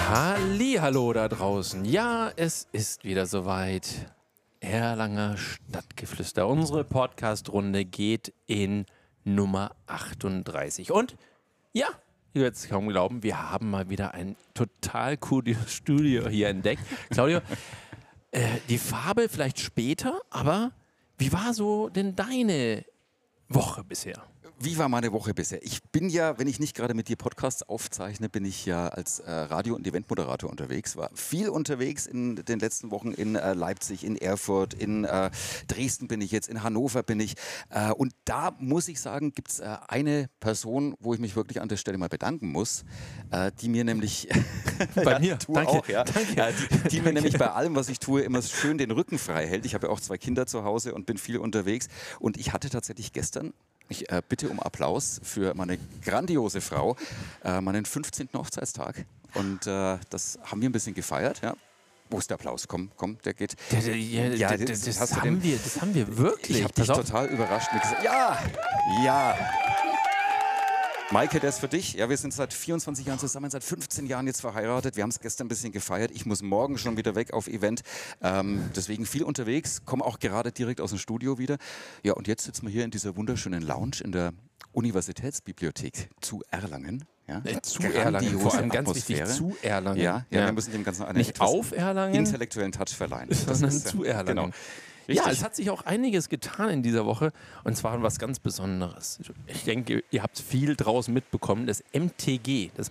Hallihallo da draußen. Ja, es ist wieder soweit. Erlanger Stadtgeflüster. Unsere Podcast-Runde geht in Nummer 38. Und ja, ihr werdet es kaum glauben, wir haben mal wieder ein total cooles Studio hier entdeckt. Claudio, die Farbe vielleicht später, aber wie war so denn deine Woche bisher? Wie war meine Woche bisher? Ich bin ja, wenn ich nicht gerade mit dir Podcasts aufzeichne, bin ich ja als Radio- und Eventmoderator unterwegs. War viel unterwegs in den letzten Wochen in Leipzig, in Erfurt, in Dresden bin ich jetzt, in Hannover bin ich. Und da muss ich sagen, gibt es eine Person, wo ich mich wirklich an der Stelle mal bedanken muss, die mir nämlich Bei mir, du danke, auch, ja, danke. die mir nämlich bei allem, was ich tue, immer schön den Rücken frei hält. Ich habe ja auch 2 Kinder zu Hause und bin viel unterwegs. Und ich hatte tatsächlich gestern, ich bitte um Applaus für meine grandiose Frau, meinen 15. Hochzeitstag. Und das haben wir ein bisschen gefeiert. Ja. Wo ist der Applaus? Komm, der geht. Das haben wir wirklich. Ich habe dich total überrascht. Mit gesagt, ja. Maike, der ist für dich. Ja, wir sind seit 24 Jahren zusammen, seit 15 Jahren jetzt verheiratet. Wir haben es gestern ein bisschen gefeiert. Ich muss morgen schon wieder weg auf Event. Deswegen viel unterwegs. Komme auch gerade direkt aus dem Studio wieder. Ja, und jetzt sitzen wir hier in dieser wunderschönen Lounge in der Universitätsbibliothek zu Erlangen. Ja, zu Erlangen, vor allem ganz wichtig, zu Erlangen. Ja, wir müssen dem Ganzen einen nicht auf Erlangen, intellektuellen Touch verleihen. Sondern zu Erlangen. Genau. Ja, Richtig. es hat sich auch einiges getan in dieser Woche und zwar was ganz Besonderes. Ich denke, ihr habt viel draußen mitbekommen. Das MTG, das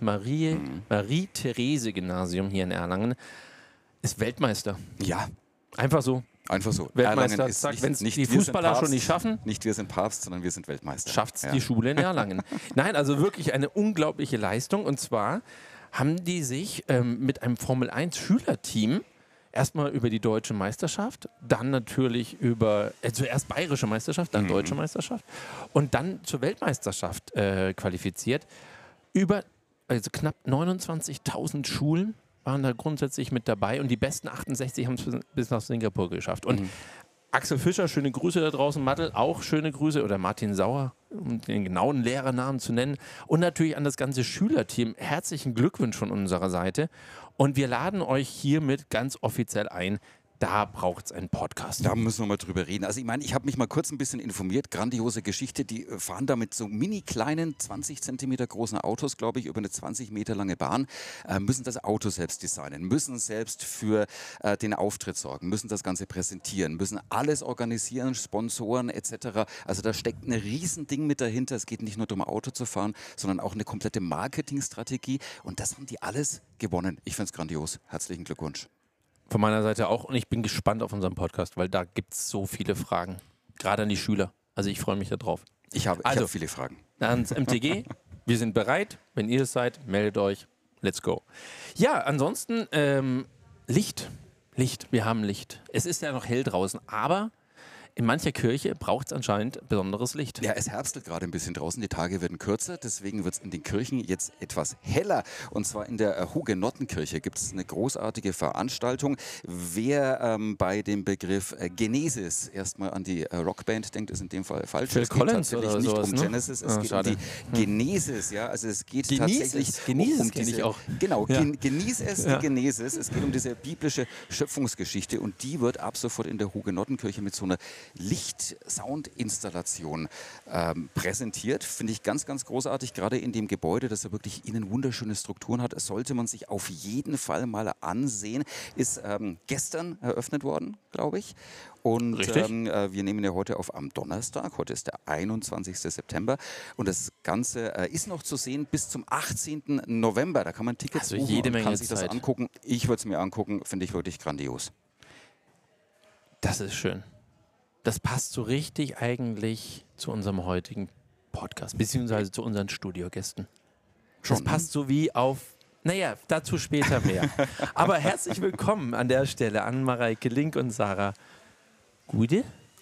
Marie-Therese-Gymnasium hier in Erlangen, ist Weltmeister. Ja. Einfach so. Einfach so. Weltmeister, wenn es die Fußballer schon nicht schaffen, nicht wir sind Papst, sondern wir sind Weltmeister. Schafft es die Schule in Erlangen. Nein, also wirklich eine unglaubliche Leistung. Und zwar haben die sich mit einem Formel-1-Schülerteam erstmal über die deutsche Meisterschaft, dann natürlich über, zuerst bayerische Meisterschaft, dann deutsche Meisterschaft und dann zur Weltmeisterschaft qualifiziert. Also knapp 29.000 Schulen waren da grundsätzlich mit dabei und die besten 68 haben es bis nach Singapur geschafft. Und Axel Fischer, schöne Grüße da draußen, Mattel, auch schöne Grüße, oder Martin Sauer, um den genauen Lehrernamen zu nennen. Und natürlich an das ganze Schülerteam, herzlichen Glückwunsch von unserer Seite. Und wir laden euch hiermit ganz offiziell ein, da braucht es einen Podcast. Da müssen wir mal drüber reden. Also ich meine, ich habe mich mal kurz ein bisschen informiert. Grandiose Geschichte. Die fahren da mit so mini kleinen, 20 Zentimeter großen Autos, glaube ich, über eine 20 Meter lange Bahn, müssen das Auto selbst designen, müssen selbst für den Auftritt sorgen, müssen das Ganze präsentieren, müssen alles organisieren, Sponsoren etc. Also da steckt ein Riesending mit dahinter. Es geht nicht nur darum, Auto zu fahren, sondern auch eine komplette Marketingstrategie. Und das haben die alles gewonnen. Ich finde es grandios. Herzlichen Glückwunsch. Von meiner Seite auch. Und ich bin gespannt auf unseren Podcast, weil da gibt es so viele Fragen. Gerade an die Schüler. Also ich freue mich darauf. Ich habe viele Fragen. Ans MTG, wir sind bereit. Wenn ihr es seid, meldet euch. Let's go. Ja, ansonsten Licht. Wir haben Licht. Es ist ja noch hell draußen, aber in mancher Kirche braucht es anscheinend besonderes Licht. Ja, es herbstelt gerade ein bisschen draußen, die Tage werden kürzer, deswegen wird es in den Kirchen jetzt etwas heller. Und zwar in der Hugenottenkirche gibt es eine großartige Veranstaltung. Wer bei dem Begriff Genesis erstmal an die Rockband denkt, ist in dem Fall falsch. Phil Es geht Collins tatsächlich oder nicht sowas, um ne? Genesis, es geht um die Genesis. Ja? Also es geht tatsächlich Genesis um kenne ich diese, auch. Genau, Ja. Genieß es, die Genesis. Es geht um diese biblische Schöpfungsgeschichte und die wird ab sofort in der Hugenottenkirche mit so einer Licht-Sound-Installation präsentiert. Finde ich ganz, ganz großartig, gerade in dem Gebäude, das ja wirklich innen wunderschöne Strukturen hat. Das sollte man sich auf jeden Fall mal ansehen. Ist gestern eröffnet worden, glaube ich. Und wir nehmen ja heute auf am Donnerstag. Heute ist der 21. September. Und das Ganze ist noch zu sehen bis zum 18. November. Da kann man Tickets buchen jede und Menge kann sich das Zeit. angucken. Ich würde es mir angucken. Finde ich wirklich grandios. Das ist schön. Das passt so richtig eigentlich zu unserem heutigen Podcast, beziehungsweise zu unseren Studiogästen. Das passt so wie auf, naja, dazu später mehr. Aber herzlich willkommen an der Stelle an Mareike Link und Sarah Gulde.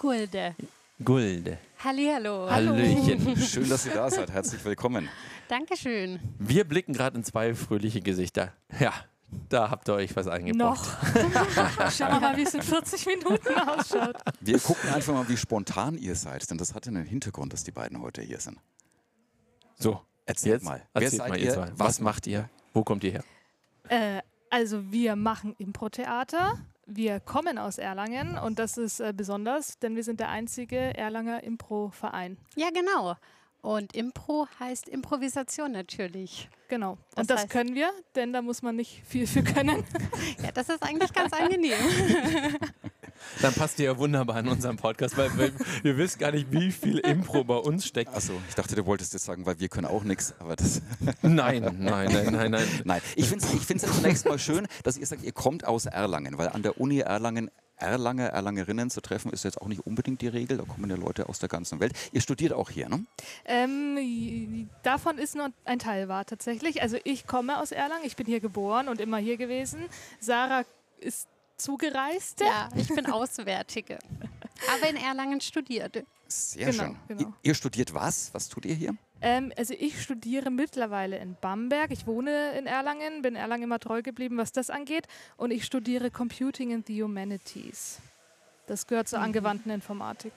Hallihallo. Hallöchen. Schön, dass ihr da seid. Herzlich willkommen. Dankeschön. Wir blicken gerade in 2 fröhliche Gesichter. Ja, da habt ihr euch was eingebracht. Noch. Schau mal, wie es in 40 Minuten ausschaut. Wir gucken einfach mal, wie spontan ihr seid, denn das hat ja einen Hintergrund, dass die beiden heute hier sind. So, Erzählt mal. Wer Erzählt seid mal ihr? zwei. Was macht ihr? Wo kommt ihr her? Also wir machen Impro-Theater. Wir kommen aus Erlangen und das ist besonders, denn wir sind der einzige Erlanger Impro-Verein. Ja, genau. Und Impro heißt Improvisation natürlich. Genau. Das Und das heißt- können wir, denn da muss man nicht viel für können. Ja, das ist eigentlich ganz angenehm. Dann passt ihr ja wunderbar in unserem Podcast, weil ihr wisst gar nicht, wie viel Impro bei uns steckt. Achso, ich dachte, du wolltest jetzt sagen, weil wir können auch nichts, aber das... Nein. Nein, ich finde es ja zunächst mal schön, dass ihr sagt, ihr kommt aus Erlangen, weil an der Uni Erlangen Erlangerinnen zu treffen, ist jetzt auch nicht unbedingt die Regel. Da kommen ja Leute aus der ganzen Welt. Ihr studiert auch hier, ne? Davon ist nur ein Teil wahr tatsächlich. Also ich komme aus Erlangen, ich bin hier geboren und immer hier gewesen. Sarah ist Zugereiste. Ja, ich bin Auswärtige. Aber in Erlangen studiert. Sehr Genau, schön. genau. Ihr studiert was? Was tut ihr hier? Also ich studiere mittlerweile in Bamberg. Ich wohne in Erlangen, bin Erlangen immer treu geblieben, was das angeht. Und ich studiere Computing in the Humanities. Das gehört zur angewandten Informatik.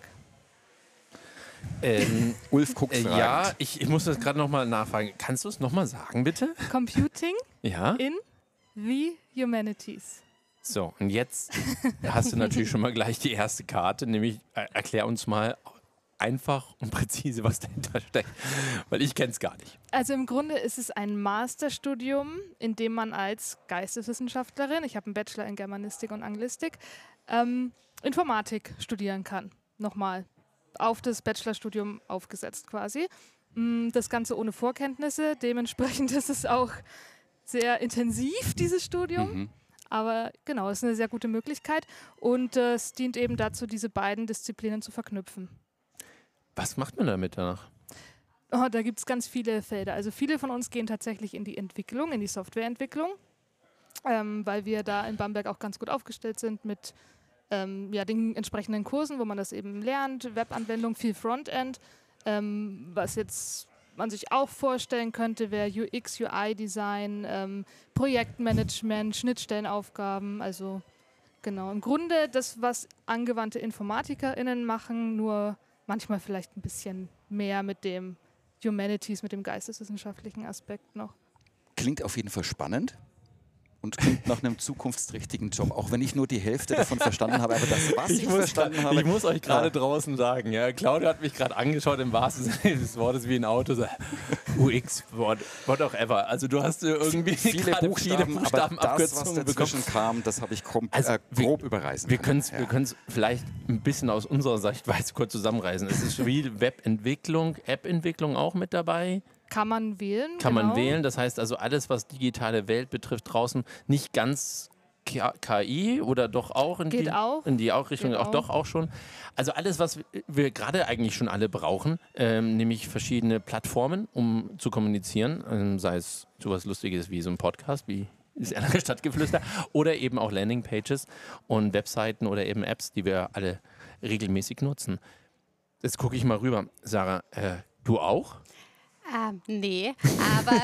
Ulf guckt fragend. Ja, ich muss das gerade nochmal nachfragen. Kannst du es nochmal sagen, bitte? Computing Ja. in the Humanities. So, und jetzt hast du natürlich schon mal gleich die erste Karte, nämlich erklär uns mal einfach und präzise, was dahinter steckt, weil ich kenne es gar nicht. Also im Grunde ist es ein Masterstudium, in dem man als Geisteswissenschaftlerin, ich habe einen Bachelor in Germanistik und Anglistik, Informatik studieren kann. Nochmal auf das Bachelorstudium aufgesetzt quasi. Das Ganze ohne Vorkenntnisse, dementsprechend ist es auch sehr intensiv, dieses Studium. Aber genau, es ist eine sehr gute Möglichkeit und es dient eben dazu, diese beiden Disziplinen zu verknüpfen. Was macht man damit danach? Oh, da gibt es ganz viele Felder. Also viele von uns gehen tatsächlich in die Entwicklung, in die Softwareentwicklung, weil wir da in Bamberg auch ganz gut aufgestellt sind mit den entsprechenden Kursen, wo man das eben lernt, Webanwendung, viel Frontend. Was jetzt man sich auch vorstellen könnte, wäre UX, UI-Design, Projektmanagement, Schnittstellenaufgaben, also genau. Im Grunde das, was angewandte InformatikerInnen machen, nur manchmal vielleicht ein bisschen mehr mit dem Humanities, mit dem geisteswissenschaftlichen Aspekt noch. Klingt auf jeden Fall spannend und klingt nach einem zukunftsträchtigen Job, auch wenn ich nur die Hälfte davon verstanden habe. Aber das, was ich verstanden habe... Ich muss euch gerade draußen sagen, ja, Claudia hat mich gerade angeschaut im wahrsten Sinne des Wortes wie ein Auto. So, UX, whatever. Also du hast irgendwie viele Buchstaben, aber das, was Abkürzungen dazwischen bekommen. kam, das habe ich grob überreisen Wir können. können es vielleicht ein bisschen aus unserer Sichtweise kurz zusammenreißen. Es ist wie Webentwicklung, App-Entwicklung auch mit dabei. Kann man wählen. Kann genau. man wählen. Das heißt also alles, was digitale Welt betrifft, draußen nicht ganz KI oder doch auch in Geht die, auch. in die auch Richtung, Geht auch auch. doch auch schon. Also alles, was wir gerade eigentlich schon alle brauchen, nämlich verschiedene Plattformen, um zu kommunizieren, sei es sowas Lustiges wie so ein Podcast, wie das Erlanger Stadtgeflüster, oder eben auch Landingpages und Webseiten oder eben Apps, die wir alle regelmäßig nutzen. Jetzt gucke ich mal rüber. Sarah, du auch? Nee, aber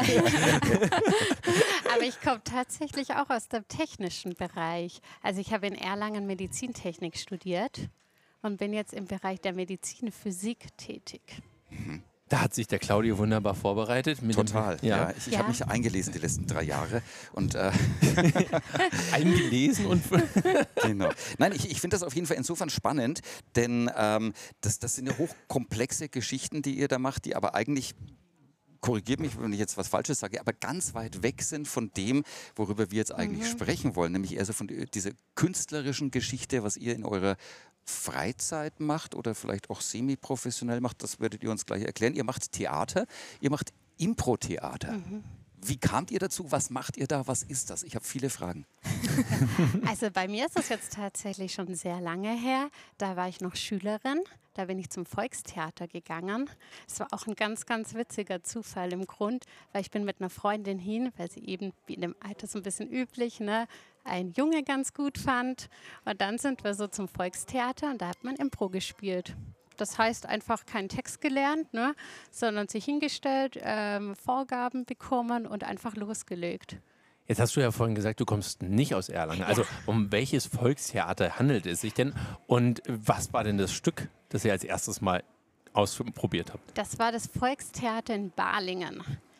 ich komme tatsächlich auch aus dem technischen Bereich. Also ich habe in Erlangen Medizintechnik studiert und bin jetzt im Bereich der Medizinphysik tätig. Da hat sich der Claudio wunderbar vorbereitet. Total, ja. Ich Ja. habe mich eingelesen die letzten 3 Jahre und Eingelesen und genau. Nein, ich finde das auf jeden Fall insofern spannend, denn das sind ja hochkomplexe Geschichten, die ihr da macht, die aber eigentlich, korrigiert mich, wenn ich jetzt was Falsches sage, aber ganz weit weg sind von dem, worüber wir jetzt eigentlich sprechen wollen, nämlich eher so von dieser künstlerischen Geschichte, was ihr in eurer Freizeit macht oder vielleicht auch semi-professionell macht, das werdet ihr uns gleich erklären. Ihr macht Theater, ihr macht Impro-Theater. Wie kamt ihr dazu? Was macht ihr da? Was ist das? Ich habe viele Fragen. Also bei mir ist das jetzt tatsächlich schon sehr lange her. Da war ich noch Schülerin. Da bin ich zum Volkstheater gegangen. Es war auch ein ganz, ganz witziger Zufall im Grund, weil ich bin mit einer Freundin hin, weil sie eben, wie in dem Alter so ein bisschen üblich, ne, ein Junge ganz gut fand. Und dann sind wir so zum Volkstheater und da hat man Impro gespielt. Das heißt einfach keinen Text gelernt, ne, sondern sich hingestellt, Vorgaben bekommen und einfach losgelegt. Jetzt hast du ja vorhin gesagt, du kommst nicht aus Erlangen. Also um welches Volkstheater handelt es sich denn? Und was war denn das Stück, das ihr als erstes mal ausprobiert habt? Das war das Volkstheater in Balingen.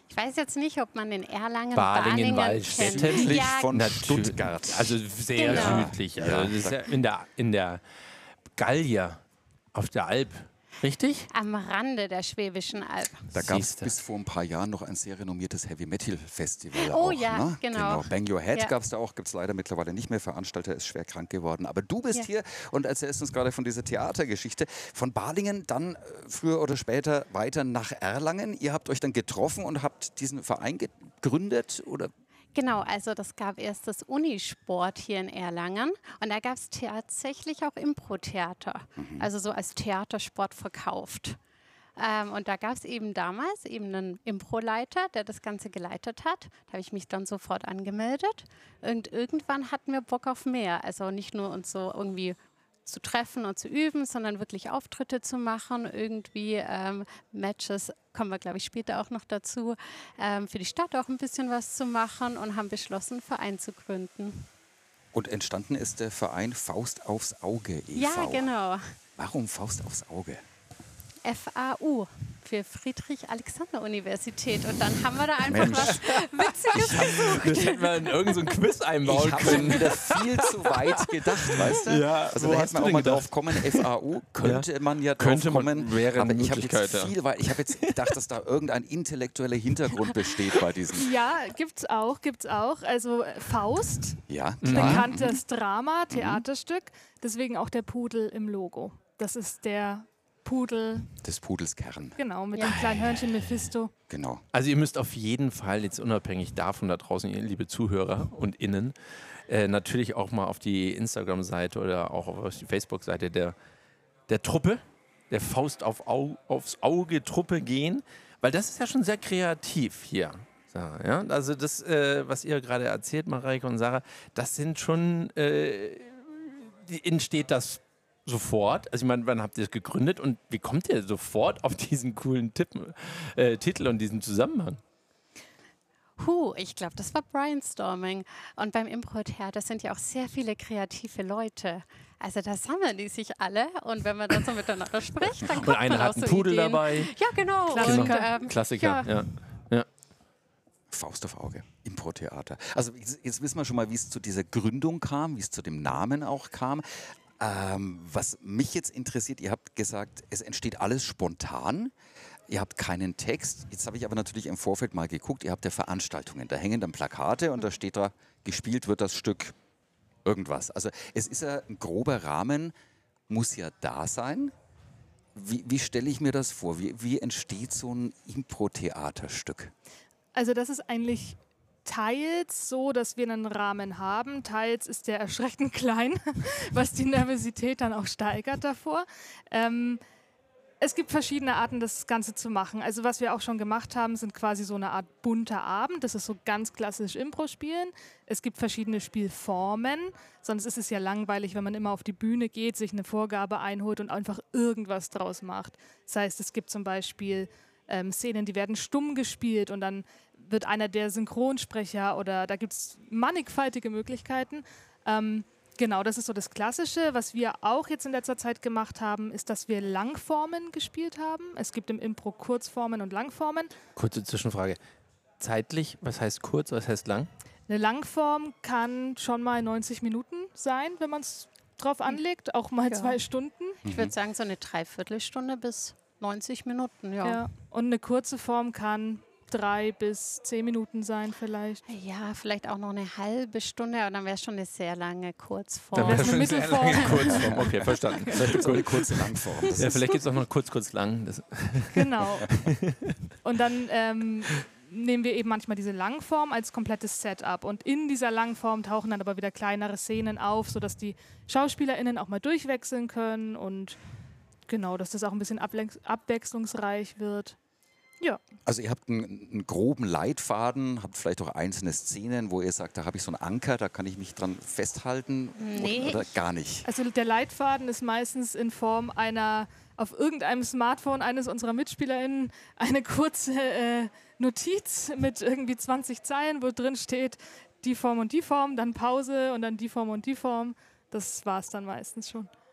Ich weiß jetzt nicht, ob man in Erlangen, Balingen-Wallstätten. kennt. Südlich Ja, von Natürlich. Stuttgart. Also sehr Genau. südlich. Also Ja, das ist ja in der Gallier auf der Alp. Richtig? am Rande der Schwäbischen Alb. Da gab es Siehste. bis vor ein paar Jahren noch ein sehr renommiertes Heavy-Metal-Festival. Oh auch, ja, ne? genau. Bang Your Head Ja. gab es da auch, gibt es leider mittlerweile nicht mehr. Veranstalter ist schwer krank geworden. Aber du bist Ja. hier und erzählst uns gerade von dieser Theatergeschichte. Von Balingen dann früher oder später weiter nach Erlangen. Ihr habt euch dann getroffen und habt diesen Verein gegründet? Oder? Genau, also das gab erst das Unisport hier in Erlangen und da gab es tatsächlich auch Impro-Theater, also so als Theatersport verkauft. Und da gab es eben damals eben einen Impro-Leiter, der das Ganze geleitet hat. Da habe ich mich dann sofort angemeldet. Und irgendwann hatten wir Bock auf mehr. Also nicht nur uns so irgendwie zu treffen und zu üben, sondern wirklich Auftritte zu machen, irgendwie Matches, kommen wir glaube ich später auch noch dazu, für die Stadt auch ein bisschen was zu machen und haben beschlossen, einen Verein zu gründen. Und entstanden ist der Verein Faust aufs Auge e.V. Ja, genau. Warum Faust aufs Auge? FAU für Friedrich-Alexander-Universität. Und dann haben wir da einfach Mensch. was Witziges gesucht. Das hätten wir in irgendein so ein Quiz einbauen Ich habe schon können. wieder viel zu weit gedacht, weißt du? Ja, also wo da hast hätte man du auch mal denn drauf kommen, FAU könnte man ja drauf Könnte man, kommen. wäre aber eine ich habe Möglichkeit, jetzt viel weit, ich habe jetzt gedacht, dass da irgendein intellektueller Hintergrund besteht bei diesem. Ja, gibt's auch. Also Faust, Ja, klar. bekanntes Drama, Theaterstück, deswegen auch der Pudel im Logo. Das ist der Pudel, Des Pudels Kern, genau, mit dem kleinen Hörnchen Mephisto. genau. Also ihr müsst auf jeden Fall jetzt unabhängig davon da draußen, ihr liebe Zuhörer und Innen, natürlich auch mal auf die Instagram-Seite oder auch auf die Facebook-Seite der Truppe, der Faust aufs Auge Truppe gehen, weil das ist ja schon sehr kreativ hier. So, ja? Also das, was ihr gerade erzählt, Mareike und Sarah, das sind schon, entsteht das sofort? Also ich meine, wann habt ihr es gegründet und wie kommt ihr sofort auf diesen coolen Titel und diesen Zusammenhang? Ich glaube, das war Brainstorming. Und beim Impro-Theater sind ja auch sehr viele kreative Leute. Also da sammeln die sich alle und wenn man dann so miteinander spricht, dann kommt Und einer man auch hat einen so Pudel Ideen. dabei. Ja, genau. Klassiker. Und, Klassiker, ja. ja. Faust auf Auge, Impro-Theater. Also jetzt wissen wir schon mal, wie es zu dieser Gründung kam, wie es zu dem Namen auch kam. Was mich jetzt interessiert, ihr habt gesagt, es entsteht alles spontan. Ihr habt keinen Text. Jetzt habe ich aber natürlich im Vorfeld mal geguckt, ihr habt ja Veranstaltungen. Da hängen dann Plakate und da steht da, gespielt wird das Stück irgendwas. Also es ist ja ein grober Rahmen, muss ja da sein. Wie stelle ich mir das vor? Wie entsteht so ein Impro-Theaterstück? Also das ist eigentlich teils so, dass wir einen Rahmen haben. Teils ist der erschreckend klein, was die Nervosität dann auch steigert davor. Es gibt verschiedene Arten, das Ganze zu machen. Also was wir auch schon gemacht haben, sind quasi so eine Art bunter Abend. Das ist so ganz klassisch Impro-Spielen. Es gibt verschiedene Spielformen. Sonst ist es ja langweilig, wenn man immer auf die Bühne geht, sich eine Vorgabe einholt und einfach irgendwas draus macht. Das heißt, es gibt zum Beispiel Szenen, die werden stumm gespielt und dann wird einer der Synchronsprecher oder da gibt es mannigfaltige Möglichkeiten. Genau, das ist so das Klassische. Was wir auch jetzt in letzter Zeit gemacht haben, ist, dass wir Langformen gespielt haben. Es gibt im Impro Kurzformen und Langformen. Kurze Zwischenfrage. Zeitlich, was heißt kurz, was heißt lang? Eine Langform kann schon mal 90 Minuten sein, wenn man es drauf anlegt, auch mal Ja. 2 Stunden. Ich würde sagen, so eine Dreiviertelstunde bis 90 Minuten, Ja. Und eine kurze Form kann 3 bis 10 Minuten sein vielleicht. Ja, vielleicht auch noch eine halbe Stunde, aber dann wäre es schon eine sehr lange Dann Kurzform. wär's eine schon sehr Mittelform. lange Kurzform. Okay, verstanden. Vielleicht gibt es auch eine kurze Langform. Das Ja, ist- vielleicht gibt es auch noch kurz lang. Das, Genau. Und dann nehmen wir eben manchmal diese Langform als komplettes Setup. Und in dieser Langform tauchen dann aber wieder kleinere Szenen auf, sodass die SchauspielerInnen auch mal durchwechseln können und genau, dass das auch ein bisschen abwechslungsreich wird. Ja, Also ihr habt einen groben Leitfaden, habt vielleicht auch einzelne Szenen, wo ihr sagt, da habe ich so einen Anker, da kann ich mich dran festhalten Nee. oder gar nicht. also der Leitfaden ist meistens in Form einer, auf irgendeinem Smartphone eines unserer MitspielerInnen, eine kurze Notiz mit irgendwie 20 Zeilen, wo drin steht, die Form und die Form, dann Pause und dann die Form und die Form. Das war es dann meistens schon.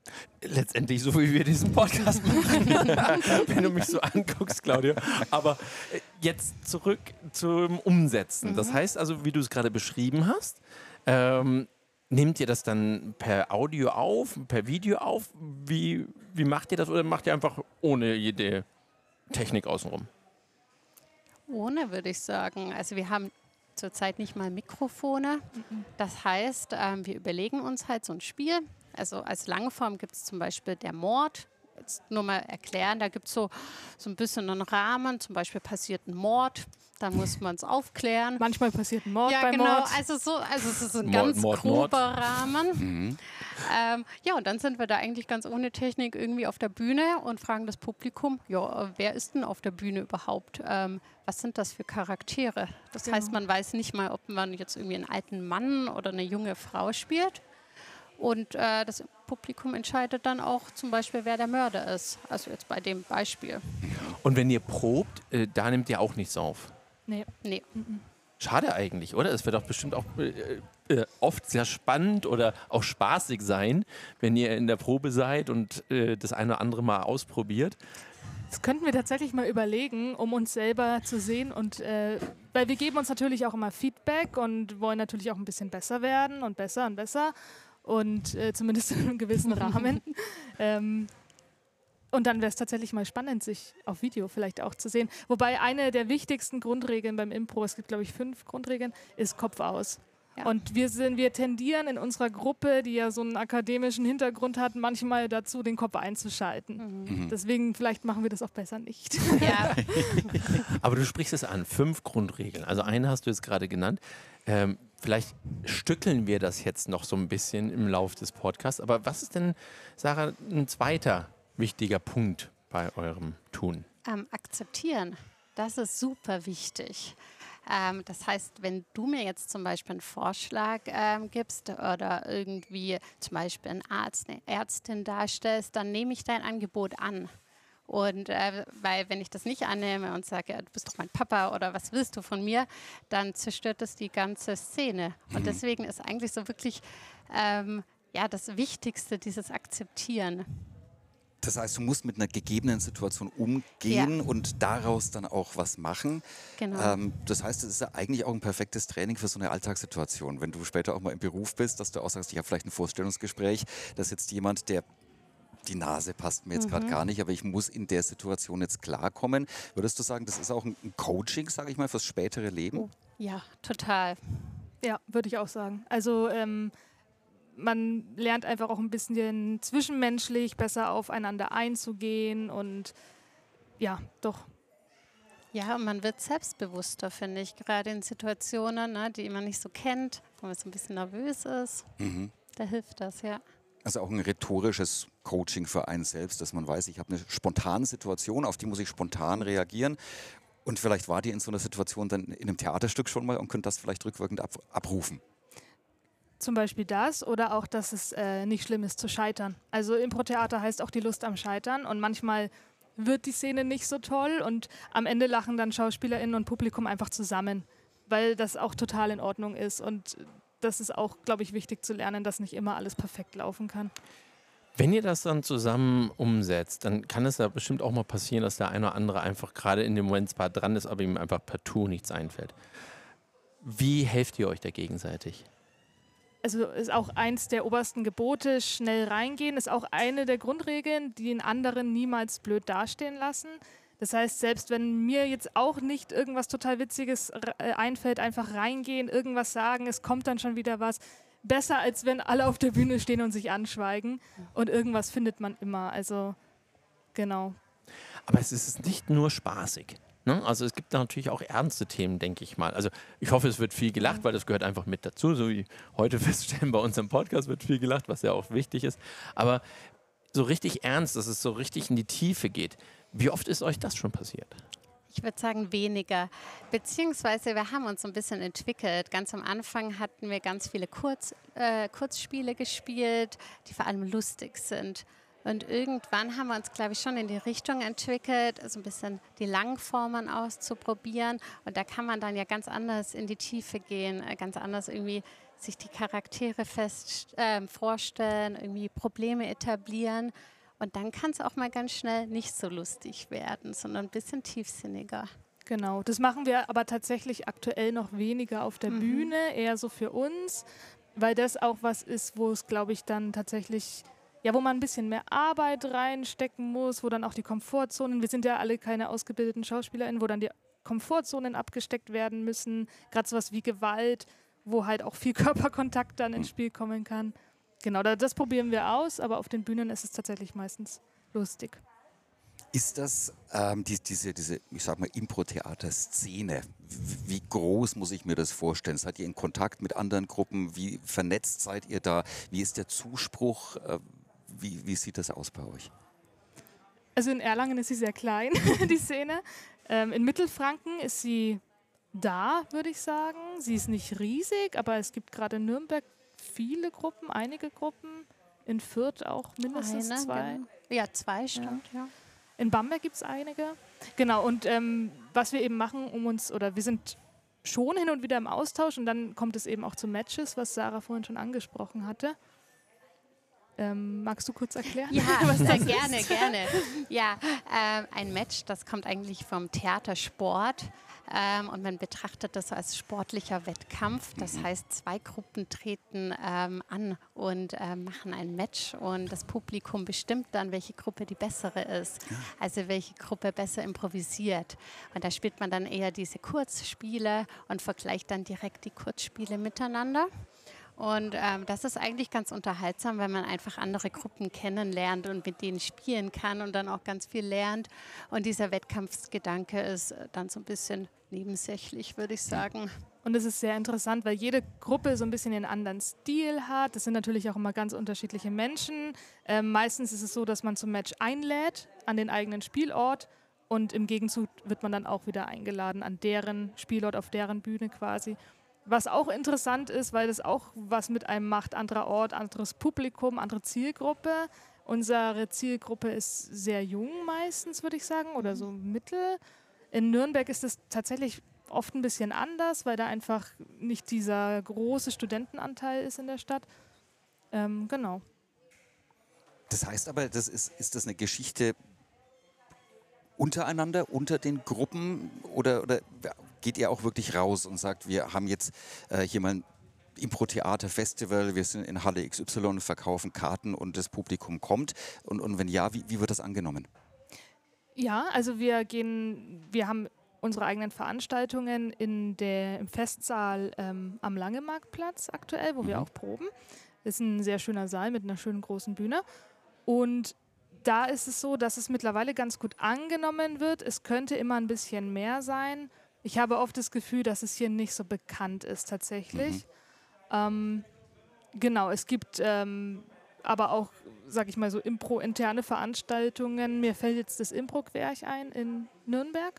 Letztendlich so, wie wir diesen Podcast machen, wenn du mich so anguckst, Claudia. Aber jetzt zurück zum Umsetzen. Das heißt also, wie du es gerade beschrieben hast, nehmt ihr das dann per Audio auf, per Video auf? Wie macht ihr das oder macht ihr einfach ohne jede Technik außenrum? Ohne, würde ich sagen. Also wir haben zurzeit nicht mal Mikrofone. Das heißt, wir überlegen uns halt so ein Spiel. Also als Langform gibt es zum Beispiel der Mord. Jetzt nur mal erklären, da gibt es so ein bisschen einen Rahmen. Zum Beispiel passiert ein Mord, da muss man es aufklären. Manchmal passiert ein Mord Ja, beim genau. Mord. Also es ist ein Mord, ganz grober Rahmen. Ja, und dann sind wir da eigentlich ganz ohne Technik irgendwie auf der Bühne und fragen das Publikum, ja, wer ist denn auf der Bühne überhaupt? Was sind das für Charaktere? Das heißt, man weiß nicht mal, ob man jetzt irgendwie einen alten Mann oder eine junge Frau spielt. Und das Publikum entscheidet dann auch zum Beispiel, wer der Mörder ist. Also jetzt bei dem Beispiel. Und wenn ihr probt, da nehmt ihr auch nichts auf? Nee. Nee. Schade eigentlich, oder? Es wird doch bestimmt auch oft sehr spannend oder auch spaßig sein, wenn ihr in der Probe seid und das eine oder andere mal ausprobiert. Das könnten wir tatsächlich mal überlegen, um uns selber zu sehen. Und weil wir geben uns natürlich auch immer Feedback und wollen natürlich auch ein bisschen besser werden und besser und besser. Und zumindest in einem gewissen Rahmen. Und dann wäre es tatsächlich mal spannend, sich auf Video vielleicht auch zu sehen. Wobei eine der wichtigsten Grundregeln beim Impro, es gibt glaube ich 5 Grundregeln, ist Kopf aus. Ja. Und wir tendieren in unserer Gruppe, die ja so einen akademischen Hintergrund hat, manchmal dazu, den Kopf einzuschalten. Deswegen vielleicht machen wir das auch besser nicht. Ja. Aber du sprichst es an, 5 Grundregeln. Also eine hast du jetzt gerade genannt. Vielleicht stückeln wir das jetzt noch so ein bisschen im Lauf des Podcasts. Aber was ist denn, Sarah, ein zweiter wichtiger Punkt bei eurem Tun? Akzeptieren, das ist super wichtig. Das heißt, wenn du mir jetzt zum Beispiel einen Vorschlag gibst oder irgendwie zum Beispiel einen Arzt, eine Ärztin darstellst, dann nehme ich dein Angebot an. Und weil wenn ich das nicht annehme und sage, ja, du bist doch mein Papa oder was willst du von mir, dann zerstört das die ganze Szene. Und deswegen ist eigentlich so wirklich das Wichtigste dieses Akzeptieren. Das heißt, du musst mit einer gegebenen Situation umgehen und daraus dann auch was machen. Genau. Das heißt, es ist ja eigentlich auch ein perfektes Training für so eine Alltagssituation. Wenn du später auch mal im Beruf bist, dass du auch sagst, ich habe vielleicht ein Vorstellungsgespräch, dass jetzt jemand, der die Nase passt mir jetzt gerade gar nicht, aber ich muss in der Situation jetzt klarkommen. Würdest du sagen, das ist auch ein Coaching, sage ich mal, fürs spätere Leben? Ja, total. Ja, würde ich auch sagen. Also man lernt einfach auch ein bisschen zwischenmenschlich besser aufeinander einzugehen und ja, doch. Ja, und man wird selbstbewusster, finde ich, gerade in Situationen, ne, die man nicht so kennt, wo man so ein bisschen nervös ist. Da hilft das, ja. Also auch ein rhetorisches Coaching für einen selbst, dass man weiß, ich habe eine spontane Situation, auf die muss ich spontan reagieren. Und vielleicht war die in so einer Situation dann in einem Theaterstück schon mal und könnt das vielleicht rückwirkend abrufen. Zum Beispiel das oder auch, dass es nicht schlimm ist zu scheitern. Also Impro-Theater heißt auch die Lust am Scheitern und manchmal wird die Szene nicht so toll und am Ende lachen dann SchauspielerInnen und Publikum einfach zusammen, weil das auch total in Ordnung ist und das ist auch, glaube ich, wichtig zu lernen, dass nicht immer alles perfekt laufen kann. Wenn ihr das dann zusammen umsetzt, dann kann es ja bestimmt auch mal passieren, dass der eine oder andere einfach gerade in dem Moment zwar dran ist, aber ihm einfach partout nichts einfällt. Wie helft ihr euch da gegenseitig? Also ist auch eins der obersten Gebote, schnell reingehen, ist auch eine der Grundregeln, die den anderen niemals blöd dastehen lassen. Das heißt, selbst wenn mir jetzt auch nicht irgendwas total Witziges einfällt, einfach reingehen, irgendwas sagen, es kommt dann schon wieder was. Besser, als wenn alle auf der Bühne stehen und sich anschweigen. Und irgendwas findet man immer. Also, genau. Aber es ist nicht nur spaßig. Ne? Also es gibt natürlich auch ernste Themen, denke ich mal. Also ich hoffe, es wird viel gelacht, weil das gehört einfach mit dazu. So wie heute feststellen, bei uns im Podcast wird viel gelacht, was ja auch wichtig ist. Aber so richtig ernst, dass es so richtig in die Tiefe geht. Wie oft ist euch das schon passiert? Ich würde sagen weniger, beziehungsweise wir haben uns so ein bisschen entwickelt. Ganz am Anfang hatten wir ganz viele Kurzspiele gespielt, die vor allem lustig sind. Und irgendwann haben wir uns, glaube ich, schon in die Richtung entwickelt, so ein bisschen die Langformen auszuprobieren. Und da kann man dann ja ganz anders in die Tiefe gehen, ganz anders irgendwie sich die Charaktere vorstellen, irgendwie Probleme etablieren. Und dann kann es auch mal ganz schnell nicht so lustig werden, sondern ein bisschen tiefsinniger. Genau, das machen wir aber tatsächlich aktuell noch weniger auf der Bühne, eher so für uns, weil das auch was ist, wo es, glaube ich, dann tatsächlich, ja, wo man ein bisschen mehr Arbeit reinstecken muss, wo dann auch die Komfortzonen, wir sind ja alle keine ausgebildeten SchauspielerInnen, wo dann die Komfortzonen abgesteckt werden müssen, gerade sowas wie Gewalt, wo halt auch viel Körperkontakt dann ins Spiel kommen kann. Genau, das probieren wir aus, aber auf den Bühnen ist es tatsächlich meistens lustig. Ist das diese, ich sag mal, Impro-Theater-Szene? Wie groß muss ich mir das vorstellen? Seid ihr in Kontakt mit anderen Gruppen? Wie vernetzt seid ihr da? Wie ist der Zuspruch? Wie sieht das aus bei euch? Also in Erlangen ist sie sehr klein, die Szene. In Mittelfranken ist sie da, würde ich sagen. Sie ist nicht riesig, aber es gibt gerade in Nürnberg einige Gruppen. In Fürth auch mindestens zwei. Genau. Ja, zwei stimmt, ja. In Bamberg gibt es einige. Genau, und was wir eben machen, wir sind schon hin und wieder im Austausch und dann kommt es eben auch zu Matches, was Sarah vorhin schon angesprochen hatte. Magst du kurz erklären? Ja, was das gerne, ist? gerne. Ja, ein Match, das kommt eigentlich vom Theatersport und man betrachtet das als sportlicher Wettkampf. Das heißt, zwei Gruppen treten an und machen ein Match und das Publikum bestimmt dann, welche Gruppe die bessere ist. Also welche Gruppe besser improvisiert. Und da spielt man dann eher diese Kurzspiele und vergleicht dann direkt die Kurzspiele miteinander. Und das ist eigentlich ganz unterhaltsam, weil man einfach andere Gruppen kennenlernt und mit denen spielen kann und dann auch ganz viel lernt. Und dieser Wettkampfsgedanke ist dann so ein bisschen nebensächlich, würde ich sagen. Und es ist sehr interessant, weil jede Gruppe so ein bisschen einen anderen Stil hat. Das sind natürlich auch immer ganz unterschiedliche Menschen. Meistens ist es so, dass man zum Match einlädt an den eigenen Spielort und im Gegenzug wird man dann auch wieder eingeladen an deren Spielort, auf deren Bühne quasi. Was auch interessant ist, weil das auch was mit einem macht, anderer Ort, anderes Publikum, andere Zielgruppe. Unsere Zielgruppe ist sehr jung meistens, würde ich sagen, oder so mittel. In Nürnberg ist es tatsächlich oft ein bisschen anders, weil da einfach nicht dieser große Studentenanteil ist in der Stadt. Genau. Das heißt aber, ist das eine Geschichte untereinander, unter den Gruppen oder geht ihr auch wirklich raus und sagt, wir haben jetzt hier mal ein Impro-Theater-Festival, wir sind in Halle XY, verkaufen Karten und das Publikum kommt und wenn ja, wie wird das angenommen? Ja, also wir haben unsere eigenen Veranstaltungen im Festsaal am Langemarktplatz aktuell, wo wir auch proben. Das ist ein sehr schöner Saal mit einer schönen großen Bühne. Und da ist es so, dass es mittlerweile ganz gut angenommen wird. Es könnte immer ein bisschen mehr sein. Ich habe oft das Gefühl, dass es hier nicht so bekannt ist tatsächlich. Genau, es gibt aber auch, sag ich mal so, Impro-interne Veranstaltungen. Mir fällt jetzt das Impro-Querch ein in Nürnberg,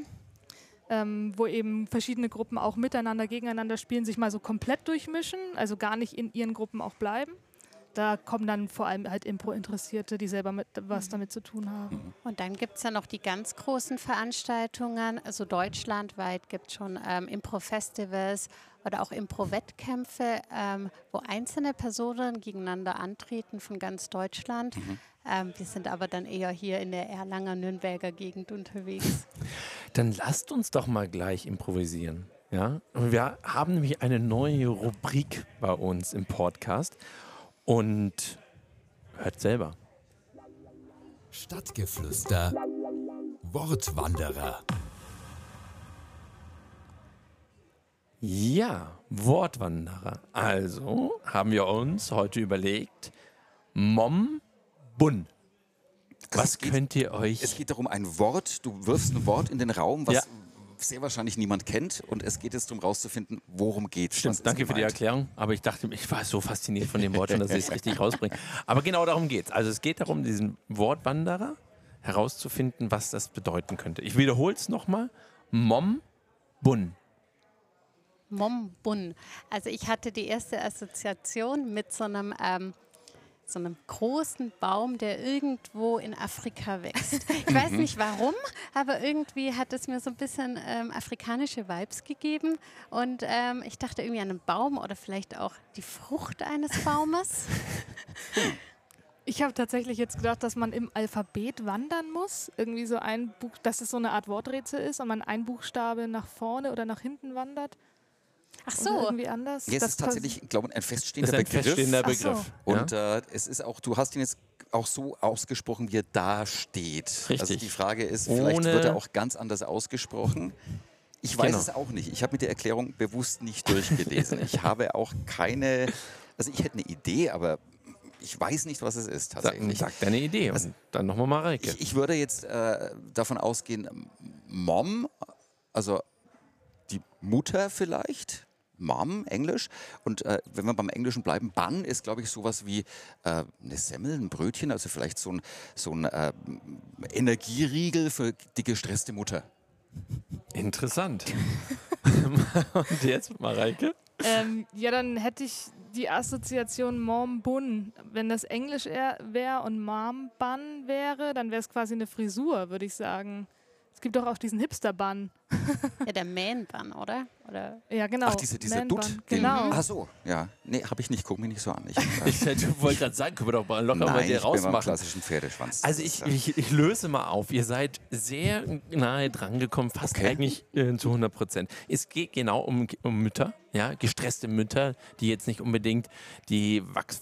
wo eben verschiedene Gruppen auch miteinander, gegeneinander spielen, sich mal so komplett durchmischen, also gar nicht in ihren Gruppen auch bleiben. Da kommen dann vor allem halt Impro-Interessierte, die selber was damit zu tun haben. Und dann gibt es ja noch die ganz großen Veranstaltungen, also deutschlandweit gibt es schon Impro-Festivals oder auch Impro-Wettkämpfe, wo einzelne Personen gegeneinander antreten von ganz Deutschland. Wir sind aber dann eher hier in der Erlanger, Nürnberger Gegend unterwegs. Dann lasst uns doch mal gleich improvisieren. Ja? Wir haben nämlich eine neue Rubrik bei uns im Podcast. Und hört selber. Stadtgeflüster, Wortwanderer. Ja, Wortwanderer. Also haben wir uns heute überlegt, Mom Bun. Was könnt ihr euch... Es geht darum, ein Wort, du wirfst ein Wort in den Raum, was sehr wahrscheinlich niemand kennt und es geht jetzt darum rauszufinden, worum geht es. Stimmt, danke für die Erklärung, aber ich dachte, ich war so fasziniert von dem Wort schon, dass ich es richtig rausbringe. Aber genau darum geht es. Also es geht darum, diesen Wortwanderer herauszufinden, was das bedeuten könnte. Ich wiederhole es nochmal. Mom Bun. Mom Bun. Also ich hatte die erste Assoziation mit so einem so einem großen Baum, der irgendwo in Afrika wächst. Ich weiß nicht warum, aber irgendwie hat es mir so ein bisschen afrikanische Vibes gegeben. Und ich dachte irgendwie an einen Baum oder vielleicht auch die Frucht eines Baumes. Ich habe tatsächlich jetzt gedacht, dass man im Alphabet wandern muss. Irgendwie so ein Buch, dass es so eine Art Worträtsel ist und man ein Buchstabe nach vorne oder nach hinten wandert. Ach Oder so. irgendwie anders. Ja, es Das ist tatsächlich, glaube ich, ein Das feststehender ist ein Begriff. feststehender Ach so. Begriff. Und es ist auch, du hast ihn jetzt auch so ausgesprochen, wie er da steht. Richtig. Also die Frage ist, vielleicht Ohne- wird er auch ganz anders ausgesprochen. Ich weiß Genau. es auch nicht. Ich habe mir die Erklärung bewusst nicht durchgelesen. Ich habe auch keine, also ich hätte eine Idee, aber ich weiß nicht, was es ist tatsächlich. Sag deine Idee und dann nochmal Mareike. Ich würde jetzt davon ausgehen, Mom, also die Mutter vielleicht, Mom, Englisch. Und wenn wir beim Englischen bleiben, Bun ist, glaube ich, sowas wie eine Semmel, ein Brötchen, also vielleicht so ein Energieriegel für die gestresste Mutter. Interessant. Und jetzt, Mareike? Ja, dann hätte ich die Assoziation Mom Bun. Wenn das Englisch wäre und Mom Bun wäre, dann wäre es quasi eine Frisur, würde ich sagen. Es gibt doch auch diesen Hipster-Bun. Ja, der Man-Bun, oder? Ja, genau. Ach, dieser Man-Bun. Dutt. Genau. Ach so, ja. Nee, habe ich nicht. Guck mich nicht so an. Ich wollte gerade sagen, können wir doch mal locker mal Nein, dir ich bin beim rausmachen. klassischen Pferdeschwanz. Also Das ist, ich löse mal auf. Ihr seid sehr nahe dran gekommen, fast Okay. eigentlich zu 100%. Es geht genau um Mütter, ja, gestresste Mütter, die jetzt nicht unbedingt die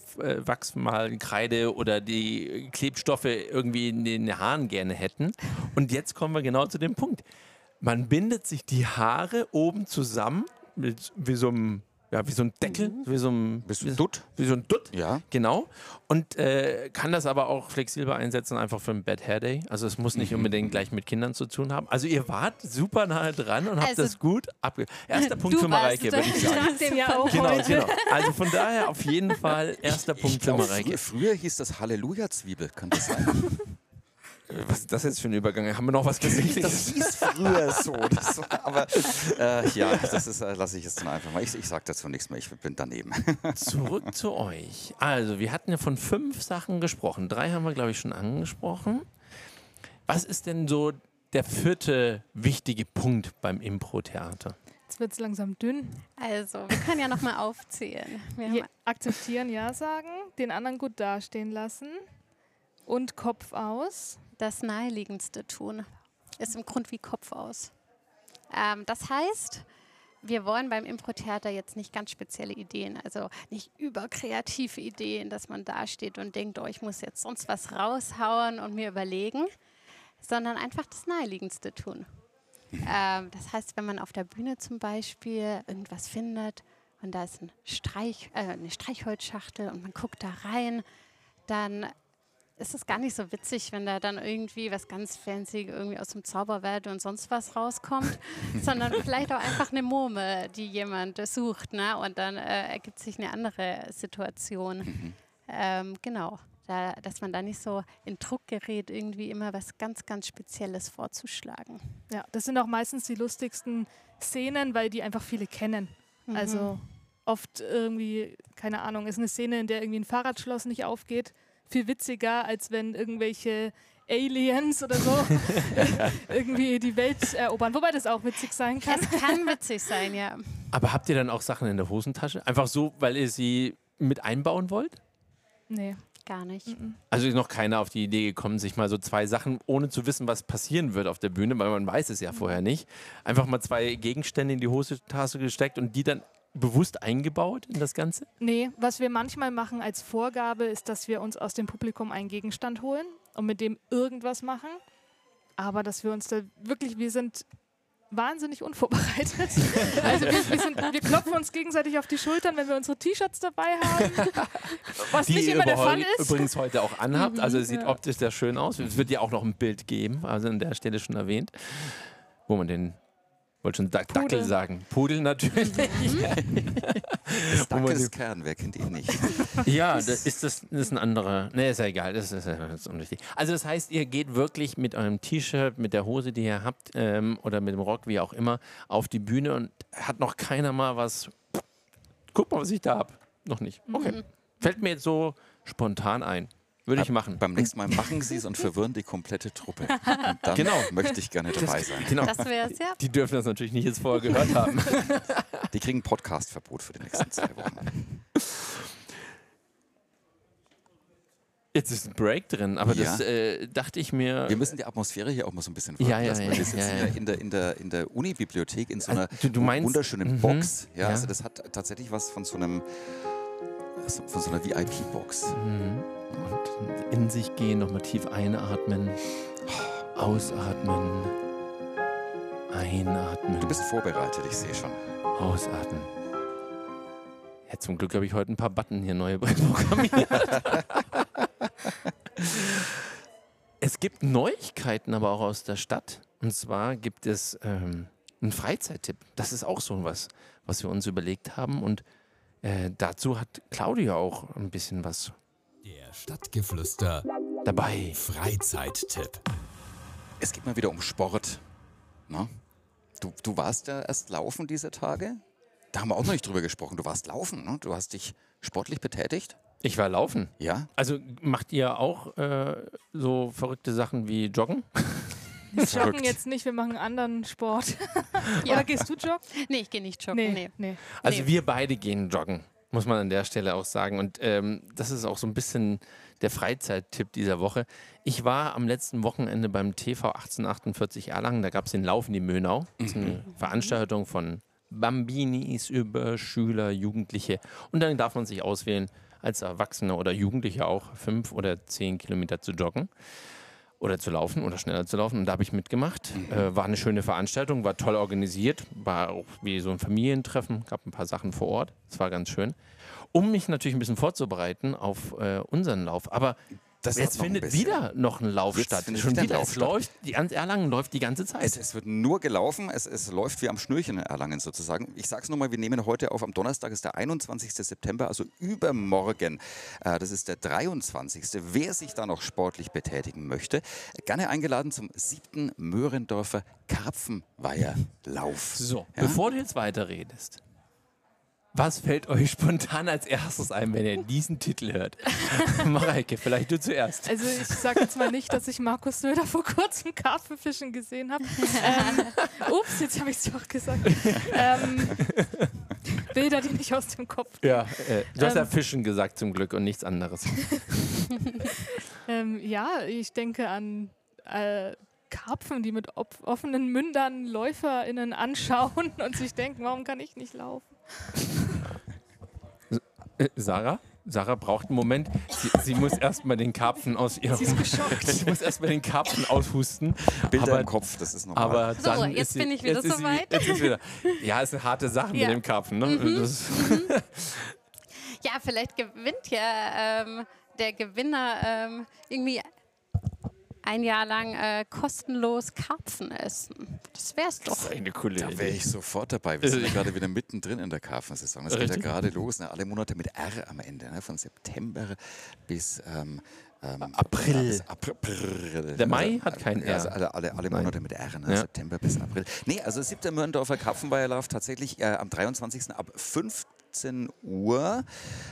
Wachsmalkreide oder die Klebstoffe irgendwie in den Haaren gerne hätten. Und jetzt kommen wir genau zu dem Punkt. Man bindet sich die Haare oben zusammen wie so ein Deckel, wie so ein Dutt? Wie so ein Dutt, Ja. genau. Und kann das aber auch flexibel einsetzen, einfach für ein Bad Hair Day. Also es muss nicht unbedingt gleich mit Kindern zu tun haben. Also ihr wart super nahe dran und habt Also das gut Erster Punkt für Mareike, würde ich sagen. nach dem Ja, Punkt. Genau. Also von daher auf jeden Fall erster Punkt für glaube, Mareike. früher hieß das Halleluja-Zwiebel, kann das sein? Was ist das jetzt für ein Übergang? Haben wir noch was gesehen? Das hieß früher so. Das war, aber ja, das ist, lasse ich jetzt dann einfach mal. Ich sage dazu nichts mehr, ich bin daneben. Zurück zu euch. Also, wir hatten ja von 5 Sachen gesprochen. 3 haben wir, glaube ich, schon angesprochen. Was ist denn so der 4. wichtige Punkt beim Impro-Theater? Jetzt wird es langsam dünn. Also, wir können ja nochmal aufzählen. Wir haben Akzeptieren, ja sagen. Den anderen gut dastehen lassen. Und Kopf aus. das Naheliegendste tun. Ist im Grund wie Kopf aus. Das heißt, wir wollen beim Impro-Theater jetzt nicht ganz spezielle Ideen, also nicht überkreative Ideen, dass man da steht und denkt, oh, ich muss jetzt sonst was raushauen und mir überlegen, sondern einfach das Naheliegendste tun. Das heißt, wenn man auf der Bühne zum Beispiel irgendwas findet und da ist eine Streichholzschachtel und man guckt da rein, dann ist es gar nicht so witzig, wenn da dann irgendwie was ganz fancy irgendwie aus dem Zauberwelt und sonst was rauskommt, sondern vielleicht auch einfach eine Murmel, die jemand sucht, ne? Und dann ergibt sich eine andere Situation. Genau, dass man da nicht so in Druck gerät, irgendwie immer was ganz, ganz Spezielles vorzuschlagen. Ja, das sind auch meistens die lustigsten Szenen, weil die einfach viele kennen. Also oft irgendwie, keine Ahnung, ist eine Szene, in der irgendwie ein Fahrradschloss nicht aufgeht. Viel witziger, als wenn irgendwelche Aliens oder so irgendwie die Welt erobern. Wobei das auch witzig sein kann. Es kann witzig sein, ja. Aber habt ihr dann auch Sachen in der Hosentasche? Einfach so, weil ihr sie mit einbauen wollt? Nee. Gar nicht. Also ist noch keiner auf die Idee gekommen, sich mal so 2 Sachen, ohne zu wissen, was passieren wird auf der Bühne, weil man weiß es ja vorher nicht, einfach mal 2 Gegenstände in die Hosentasche gesteckt und die dann bewusst eingebaut in das Ganze? Nee, was wir manchmal machen als Vorgabe, ist, dass wir uns aus dem Publikum einen Gegenstand holen und mit dem irgendwas machen. Aber dass wir uns da wirklich, wir sind wahnsinnig unvorbereitet. Also wir klopfen uns gegenseitig auf die Schultern, wenn wir unsere T-Shirts dabei haben. Was Die nicht ihr immer der Fall ist. übrigens heute auch anhabt. Also es sieht ja. optisch sehr schön aus. Es wird ja auch noch ein Bild geben, also an der Stelle schon erwähnt, wo man den, wollte schon Dackel sagen. Pudel natürlich. Das Dackelskern, wer kennt ihn nicht? Ja, das ist ein anderer. Ne, ist ja egal. Das ist unwichtig. Also das heißt, ihr geht wirklich mit eurem T-Shirt, mit der Hose, die ihr habt, oder mit dem Rock, wie auch immer, auf die Bühne und hat noch keiner mal was. Guck mal, was ich da habe. Noch nicht. Okay. Fällt mir jetzt so spontan ein. Würde ich machen. Beim nächsten Mal machen Sie es und verwirren die komplette Truppe. Und dann möchte ich gerne dabei sein. Genau. Das wäre es, ja. Die dürfen das natürlich nicht jetzt vorher gehört haben. Die kriegen ein Podcast-Verbot für die nächsten 2 Wochen. Jetzt ist ein Break drin, aber Ja. das dachte ich mir. Wir müssen die Atmosphäre hier auch mal so ein bisschen Ja, wirken ja, lassen. ja, Wir sitzen ja. in der Unibibliothek in so einer du meinst- wunderschönen Box. Ja, ja. also das hat tatsächlich was von so einer VIP-Box. Und in sich gehen, nochmal tief einatmen, ausatmen, einatmen, Du bist vorbereitet, ich sehe schon. ausatmen. Ja, zum Glück habe ich heute ein paar Button hier neu programmiert. Es gibt Neuigkeiten aber auch aus der Stadt. Und zwar gibt es einen Freizeittipp. Das ist auch so was wir uns überlegt haben. Und dazu hat Claudia auch ein bisschen was Der Stadtgeflüster dabei. Freizeittipp. Es geht mal wieder um Sport. Na? Du warst ja erst laufen diese Tage. Da haben wir auch noch nicht drüber gesprochen. Du warst laufen, ne? Du hast dich sportlich betätigt. Ich war laufen. Ja? Also macht ihr auch so verrückte Sachen wie Joggen? Wir Verrückt. joggen jetzt nicht, wir machen anderen Sport. Oder gehst du joggen? Nee, ich gehe nicht joggen. Nee. Also Nee. wir beide gehen joggen, muss man an der Stelle auch sagen. Und das ist auch so ein bisschen der Freizeittipp dieser Woche. Ich war am letzten Wochenende beim TV 1848 Erlangen. Da gab es den Lauf in die Mönau. Das ist eine Veranstaltung von Bambinis über Schüler, Jugendliche. Und dann darf man sich auswählen, als Erwachsener oder Jugendlicher auch 5 oder 10 Kilometer zu joggen. Oder zu laufen oder schneller zu laufen. Und da habe ich mitgemacht. War eine schöne Veranstaltung, war toll organisiert. War auch wie so ein Familientreffen, gab ein paar Sachen vor Ort. Das war ganz schön. Um mich natürlich ein bisschen vorzubereiten auf unseren Lauf. Aber Das jetzt noch ein findet bisschen. wieder noch ein Lauf Jetzt statt. findet Schon wieder ein wieder. Lauf Es statt. läuft, die ganze Erlangen läuft die ganze Zeit. Es wird nur gelaufen, es läuft wie am Schnürchen in Erlangen sozusagen. Ich sage es nochmal, wir nehmen heute auf, am Donnerstag ist der 21. September, also übermorgen. Das ist der 23. Wer sich da noch sportlich betätigen möchte, gerne eingeladen zum 7. Möhrendorfer Karpfenweiherlauf. So, Ja? bevor du jetzt weiterredest, was fällt euch spontan als erstes ein, wenn ihr diesen Titel hört? Mareike, vielleicht du zuerst. Also ich sage jetzt mal nicht, dass ich Markus Söder vor kurzem Karpfenfischen gesehen habe. Ups, jetzt habe ich es doch gesagt. Bilder, die nicht aus dem Kopf gehen. Ja, du hast ja Fischen gesagt zum Glück und nichts anderes. Ja, ich denke an Karpfen, die mit offenen Mündern LäuferInnen anschauen und sich denken, warum kann ich nicht laufen? Sarah? Sarah braucht einen Moment. Sie muss erstmal den Karpfen aus ihrem. Sie ist geschockt. Sie muss erstmal den Karpfen aushusten. Bilder aber, im Kopf, das ist normal. aber So, dann jetzt ist sie, bin ich wieder jetzt ist sie- soweit. Jetzt ist wieder. Ja, es sind harte Sachen Ja. mit dem Karpfen. Ne? Das, Ja, vielleicht gewinnt ja der Gewinner irgendwie ein Jahr lang kostenlos Karpfen essen. Das wär's doch. das ist eine coole Da wäre Idee. ich sofort dabei. Wir sind ja gerade wieder mittendrin in der Karpfensaison. Das geht ja Richtig. gerade los. Ne? Alle Monate mit R am Ende. Ne? Von September bis April. bis April. Der Mai hat kein R. Also alle Monate mit R. Ne? Ja. September bis April. Nee, also 7. Möhrendorfer Karpfenweiherlauf tatsächlich am 23. ab 15 Uhr.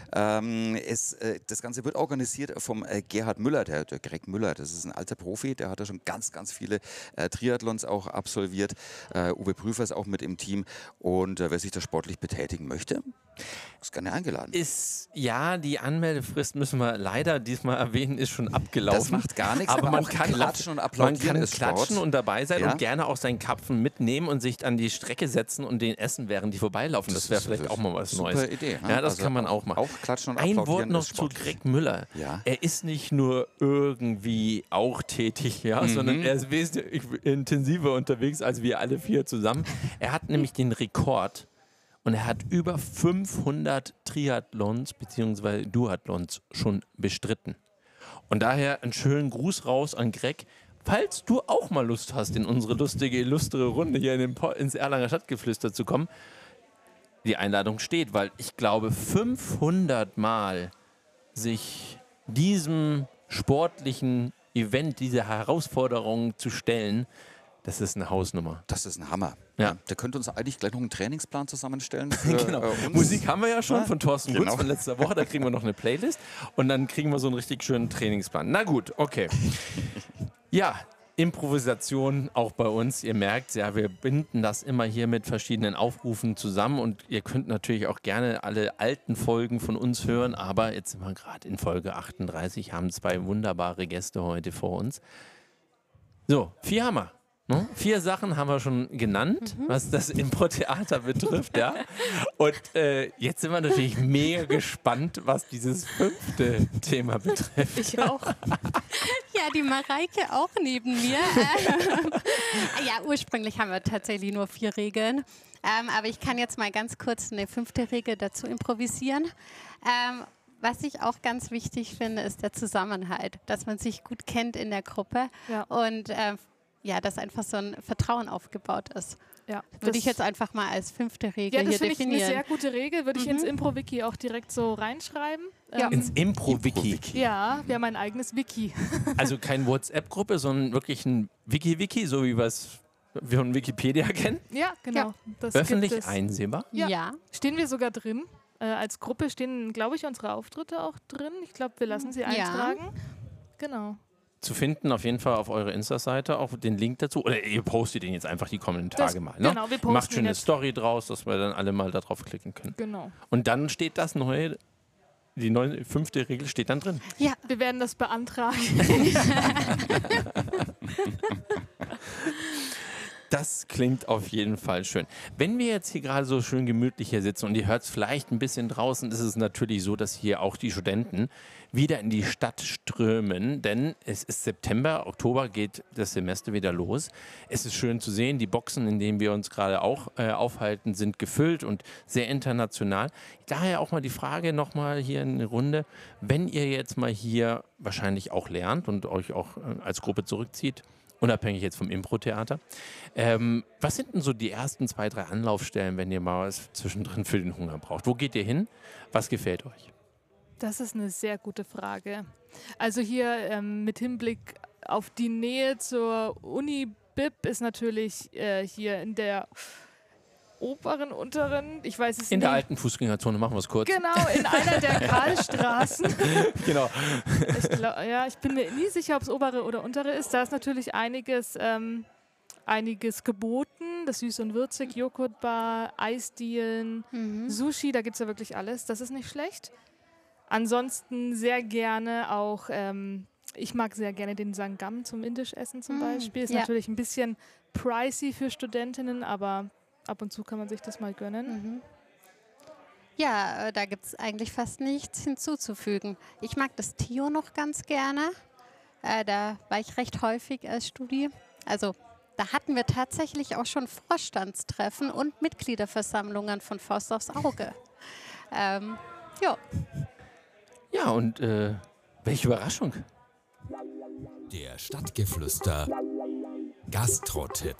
Das Ganze wird organisiert vom Gerhard Müller, der Greg Müller. Das ist ein alter Profi, der hat ja schon ganz, ganz viele Triathlons auch absolviert. Uwe Prüfer ist auch mit im Team. Und wer sich da sportlich betätigen möchte, ist gerne eingeladen. Ja, die Anmeldefrist müssen wir leider diesmal erwähnen, ist schon abgelaufen. Das macht gar nichts, aber man auch kann klatschen und man applaudieren kann ist klatschen Sport. und dabei sein Ja. und gerne auch seinen Karpfen mitnehmen und sich an die Strecke setzen und den essen, während die vorbeilaufen. Das wäre ist vielleicht auch mal was super Neues. Idee. Ne? Ja, das Also kann man auch machen. Auch klatschen und Ein applaudieren Wort noch ist zu sportlich. Greg Müller. Ja. Er ist nicht nur irgendwie auch tätig, ja, sondern er ist wesentlich intensiver unterwegs als wir alle 4 zusammen. Er hat nämlich den Rekord und er hat über 500 Triathlons bzw. Duathlons schon bestritten. Und daher einen schönen Gruß raus an Greg. Falls du auch mal Lust hast, in unsere lustige, illustre Runde hier ins Erlanger Stadtgeflüster zu kommen, die Einladung steht, weil ich glaube, 500 Mal sich diesem sportlichen Event, dieser Herausforderung zu stellen, Das ist eine Hausnummer. Das ist ein Hammer. Ja. Der könnte uns eigentlich gleich noch einen Trainingsplan zusammenstellen. Für, Genau. uns. Musik haben wir ja schon Ja, von Thorsten genau. Gutz von letzter Woche. Da kriegen wir noch eine Playlist und dann kriegen wir so einen richtig schönen Trainingsplan. Na gut, okay. Ja, Improvisation auch bei uns. Ihr merkt ja, wir binden das immer hier mit verschiedenen Aufrufen zusammen und ihr könnt natürlich auch gerne alle alten Folgen von uns hören, aber jetzt sind wir gerade in Folge 38, haben 2 wunderbare Gäste heute vor uns. So, 4 haben wir. 4 Sachen haben wir schon genannt, was das Impro-Theater betrifft, ja. Und jetzt sind wir natürlich mega gespannt, was dieses 5. Thema betrifft. Ich auch. Ja, die Mareike auch neben mir. Ja, ursprünglich haben wir tatsächlich nur 4 Regeln. Aber ich kann jetzt mal ganz kurz eine 5. Regel dazu improvisieren. Was ich auch ganz wichtig finde, ist der Zusammenhalt, dass man sich gut kennt in der Gruppe Ja. und ja, dass einfach so ein Vertrauen aufgebaut ist. Ja, Würde ich jetzt einfach mal als 5. Regel ja, das hier finde ich eine definieren. sehr gute Regel. Würde ich ins Impro-Wiki auch direkt so reinschreiben. Ja. Ins Impro-Wiki. Ja, wir haben ein eigenes Wiki. Also keine WhatsApp-Gruppe, sondern wirklich ein Wiki-Wiki, so wie wir es von Wikipedia kennen. Ja, genau. Ja. Das Öffentlich gibt es. einsehbar. Ja. Ja. Stehen wir sogar drin. Als Gruppe stehen, glaube ich, unsere Auftritte auch drin. Ich glaube, wir lassen sie eintragen. Genau. Zu finden auf jeden Fall auf eurer Insta-Seite auch den Link dazu. Oder ihr postet den jetzt einfach die kommenden Tage mal. Ne? Genau, wir posten Macht schon ihn eine jetzt. Story draus, dass wir dann alle mal da drauf klicken können. Genau. Und dann steht das neue, die neue 5. Regel steht dann drin. Ja, Wir werden das beantragen. Das klingt auf jeden Fall schön. Wenn wir jetzt hier gerade so schön gemütlich hier sitzen und ihr hört es vielleicht ein bisschen draußen, ist es natürlich so, dass hier auch die Studenten wieder in die Stadt strömen, denn es ist September, Oktober geht das Semester wieder los. Es ist schön zu sehen, die Boxen, in denen wir uns gerade auch aufhalten, sind gefüllt und sehr international. Daher auch mal die Frage nochmal hier in die Runde, wenn ihr jetzt mal hier wahrscheinlich auch lernt und euch auch als Gruppe zurückzieht, unabhängig jetzt vom Impro-Theater. Was sind denn so die ersten 2, 3 Anlaufstellen, wenn ihr mal was zwischendrin für den Hunger braucht? Wo geht ihr hin? Was gefällt euch? Das ist eine sehr gute Frage. Also hier mit Hinblick auf die Nähe zur Uni BIP ist natürlich hier in der oberen, unteren, ich weiß es In nicht. der alten Fußgängerzone, machen wir es kurz. Genau, in einer der Karlstraßen. Genau. Ich bin mir nie sicher, ob es obere oder untere ist. Da ist natürlich einiges geboten. Das Süß und Würzig, Joghurtbar, Eisdielen, Sushi, da gibt es ja wirklich alles. Das ist nicht schlecht. Ansonsten sehr gerne auch, ich mag sehr gerne den Sangam zum Indischessen zum Beispiel. Ist ja. natürlich ein bisschen pricey für Studentinnen, aber ab und zu kann man sich das mal gönnen. Ja, da gibt es eigentlich fast nichts hinzuzufügen. Ich mag das Tio noch ganz gerne. Da war ich recht häufig als Studi. Also da hatten wir tatsächlich auch schon Vorstandstreffen und Mitgliederversammlungen von Faust aufs Auge. Ja. Ja, und welche Überraschung. Der Stadtgeflüster Gastro-Tipp.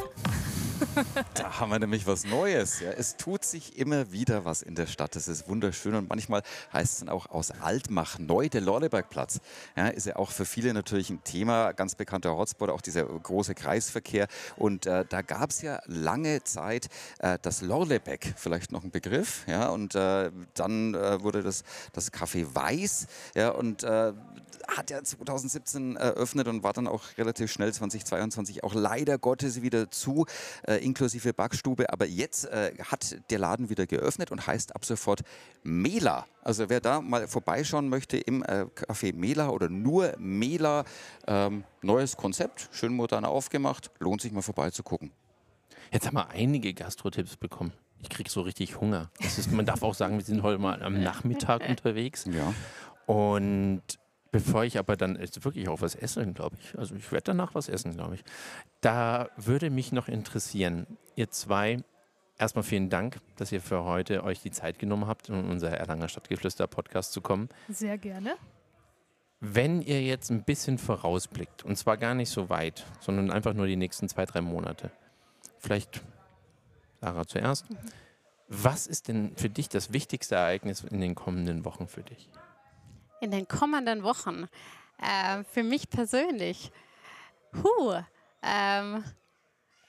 Da haben wir nämlich was Neues. Ja. Es tut sich immer wieder was in der Stadt. Das ist wunderschön und manchmal heißt es dann auch aus Altmach neu. Der Lorlebergplatz ist ja auch für viele natürlich ein Thema, ganz bekannter Hotspot, auch dieser große Kreisverkehr. Und da gab es ja lange Zeit das Lorlebeck, vielleicht noch ein Begriff. Ja. Und dann wurde das Café Weiß und hat ja 2017 eröffnet und war dann auch relativ schnell 2022 auch leider Gottes wieder zu, inklusive Backstube. Aber jetzt hat der Laden wieder geöffnet und heißt ab sofort Mela. Also wer da mal vorbeischauen möchte im Café Mela oder nur Mela, neues Konzept, schön modern aufgemacht, lohnt sich mal vorbeizugucken. Jetzt haben wir einige Gastro-Tipps bekommen. Ich kriege so richtig Hunger. Man darf auch sagen, wir sind heute mal am Nachmittag unterwegs. Ja. Und bevor ich aber dann wirklich auch was esse, glaube ich, also ich werde danach was essen, glaube ich, da würde mich noch interessieren, ihr zwei, erstmal vielen Dank, dass ihr für heute euch die Zeit genommen habt, in unser Erlanger Stadtgeflüster-Podcast zu kommen. Sehr gerne. Wenn ihr jetzt ein bisschen vorausblickt, und zwar gar nicht so weit, sondern einfach nur die nächsten 2, 3 Monate, vielleicht Sarah zuerst, was ist denn für dich das wichtigste Ereignis in den kommenden Wochen für dich? In den kommenden Wochen. Für mich persönlich.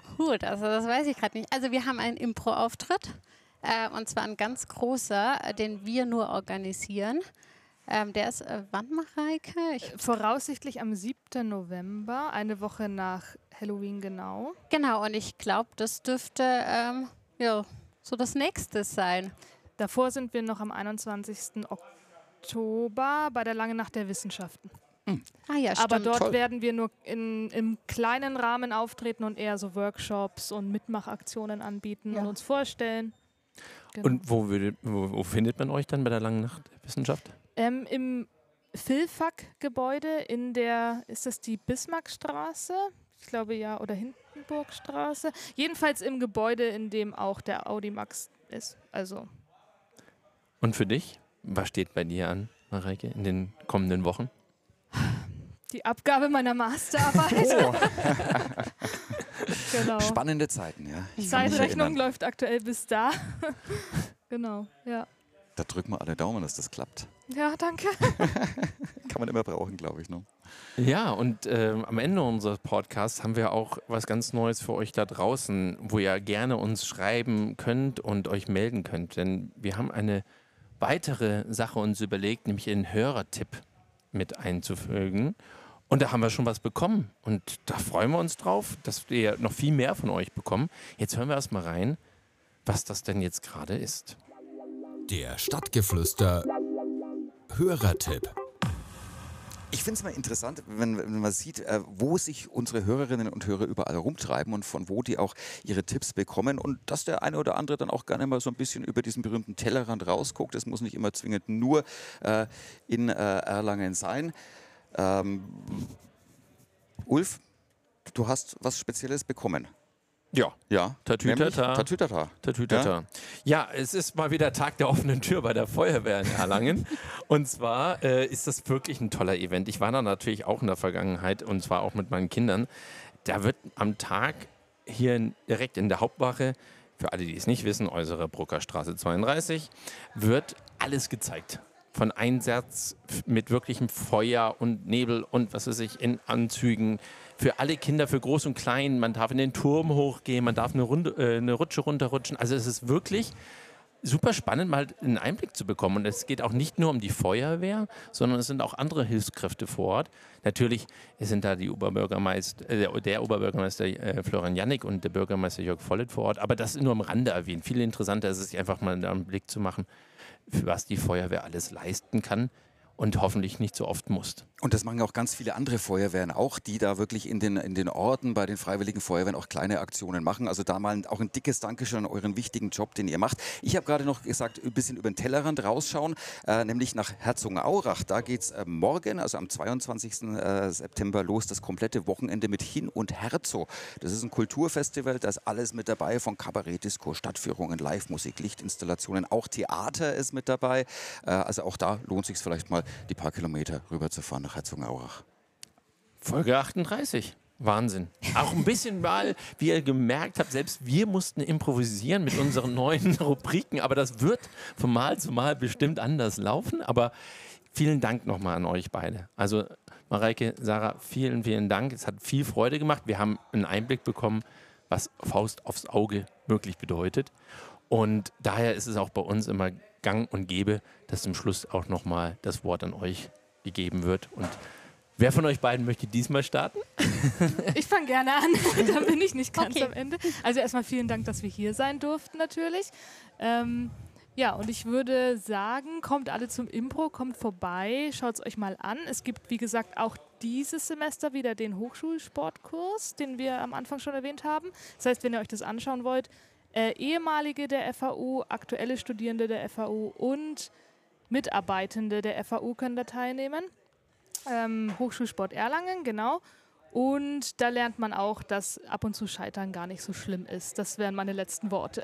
Gut, also das weiß ich gerade nicht. Also wir haben einen Impro-Auftritt und zwar ein ganz großer, den wir nur organisieren. Der ist, wann, Mareike? Voraussichtlich am 7. November, eine Woche nach Halloween genau. Genau, und ich glaube, das dürfte ja, so das Nächste sein. Davor sind wir noch am 21. Oktober bei der Langen Nacht der Wissenschaften. Ah ja, stimmt. Aber dort Toll. werden wir nur im kleinen Rahmen auftreten und eher so Workshops und Mitmachaktionen anbieten und uns vorstellen. Genau. Und wo findet man euch dann bei der Langen Nacht der Wissenschaft? Im Philfak-Gebäude ist das die Bismarckstraße? Ich glaube ja, oder Hindenburgstraße. Jedenfalls im Gebäude, in dem auch der Audimax ist. Also. Und für dich? Was steht bei dir an, Mareike, in den kommenden Wochen? Die Abgabe meiner Masterarbeit. Oh. Genau. Spannende Zeiten, ja. Die Ich kann mich Zeitrechnung erinnern. läuft aktuell bis da. Genau, ja. Da drücken wir alle Daumen, dass das klappt. Ja, danke. Kann man immer brauchen, glaube ich. Ne? Ja, und am Ende unseres Podcasts haben wir auch was ganz Neues für euch da draußen, wo ihr gerne uns schreiben könnt und euch melden könnt. Denn wir haben eine weitere Sache uns überlegt, nämlich einen Hörertipp mit einzufügen. Und da haben wir schon was bekommen. Und da freuen wir uns drauf, dass wir noch viel mehr von euch bekommen. Jetzt hören wir erst mal rein, was das denn jetzt gerade ist. Der Stadtgeflüster Hörertipp. Ich finde es mal interessant, wenn man sieht, wo sich unsere Hörerinnen und Hörer überall rumtreiben und von wo die auch ihre Tipps bekommen und dass der eine oder andere dann auch gerne mal so ein bisschen über diesen berühmten Tellerrand rausguckt. Das muss nicht immer zwingend nur in Erlangen sein. Ulf, du hast was Spezielles bekommen. Ja. Ja, Tatütata. nämlich Tatütata. Tatütata. Ja, es ist mal wieder Tag der offenen Tür bei der Feuerwehr in Erlangen. Und zwar ist das wirklich ein toller Event. Ich war da natürlich auch in der Vergangenheit und zwar auch mit meinen Kindern. Da wird am Tag hier direkt in der Hauptwache, für alle, die es nicht wissen, äußere Bruckerstraße 32, wird alles gezeigt. Von Einsatz mit wirklichem Feuer und Nebel und was weiß ich, in Anzügen. Für alle Kinder, für Groß und Klein. Man darf in den Turm hochgehen, man darf eine Rutsche runterrutschen. Also es ist wirklich super spannend, mal einen Einblick zu bekommen. Und es geht auch nicht nur um die Feuerwehr, sondern es sind auch andere Hilfskräfte vor Ort. Natürlich sind da der Oberbürgermeister Florian Jannik und der Bürgermeister Jörg Vollet vor Ort. Aber das ist nur am Rande erwähnt. Viel interessanter ist es, einfach mal einen Blick zu machen, für was die Feuerwehr alles leisten kann und hoffentlich nicht so oft muss. Und das machen ja auch ganz viele andere Feuerwehren auch, die da wirklich in den Orten bei den Freiwilligen Feuerwehren auch kleine Aktionen machen. Also da mal auch ein dickes Dankeschön an euren wichtigen Job, den ihr macht. Ich habe gerade noch gesagt, ein bisschen über den Tellerrand rausschauen, nämlich nach Herzogenaurach. Da geht es morgen, also am 22. September los, das komplette Wochenende mit Hin und Herzo. Das ist ein Kulturfestival, da ist alles mit dabei, von Kabarett, Disco, Stadtführungen, Live-Musik, Lichtinstallationen, auch Theater ist mit dabei. Also auch da lohnt es sich vielleicht mal, die paar Kilometer rüberzufahren nach Herzogenaurach. Folge 38. Wahnsinn. Auch ein bisschen mal, wie ihr gemerkt habt, selbst wir mussten improvisieren mit unseren neuen Rubriken, aber das wird von Mal zu Mal bestimmt anders laufen. Aber vielen Dank nochmal an euch beide. Also Mareike, Sarah, vielen, vielen Dank. Es hat viel Freude gemacht. Wir haben einen Einblick bekommen, was Faust aufs Auge wirklich bedeutet. Und daher ist es auch bei uns immer gang und gäbe, dass zum Schluss auch nochmal das Wort an euch gegeben wird. Und wer von euch beiden möchte diesmal starten? Ich fange gerne an, da bin ich nicht ganz Okay. am Ende. Also erstmal vielen Dank, dass wir hier sein durften natürlich. Ja, und ich würde sagen, kommt alle zum Impro, kommt vorbei, schaut es euch mal an. Es gibt, wie gesagt, auch dieses Semester wieder den Hochschulsportkurs, den wir am Anfang schon erwähnt haben. Das heißt, wenn ihr euch das anschauen wollt, ehemalige der FAU, aktuelle Studierende der FAU und Mitarbeitende der FAU können da teilnehmen. Hochschulsport Erlangen, genau. Und da lernt man auch, dass ab und zu Scheitern gar nicht so schlimm ist. Das wären meine letzten Worte.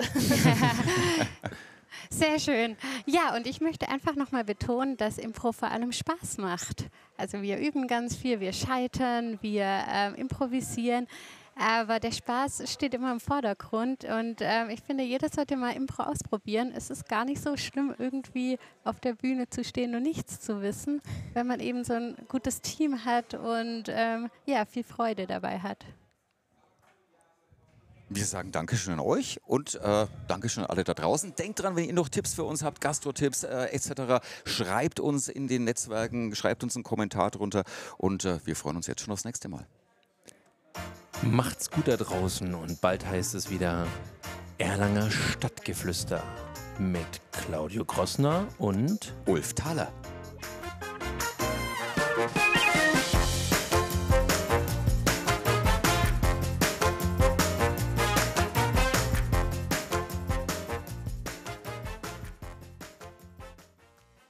Sehr schön. Ja, und ich möchte einfach nochmal betonen, dass Impro vor allem Spaß macht. Also wir üben ganz viel, wir scheitern, wir improvisieren. Aber der Spaß steht immer im Vordergrund und ich finde, jeder sollte mal Impro ausprobieren. Es ist gar nicht so schlimm, irgendwie auf der Bühne zu stehen und nichts zu wissen, wenn man eben so ein gutes Team hat und ja, viel Freude dabei hat. Wir sagen Dankeschön an euch und Dankeschön an alle da draußen. Denkt dran, wenn ihr noch Tipps für uns habt, Gastro-Tipps etc., schreibt uns in den Netzwerken, schreibt uns einen Kommentar drunter und wir freuen uns jetzt schon aufs nächste Mal. Macht's gut da draußen und bald heißt es wieder Erlanger Stadtgeflüster mit Claudio Grossner und Ulf Thaler.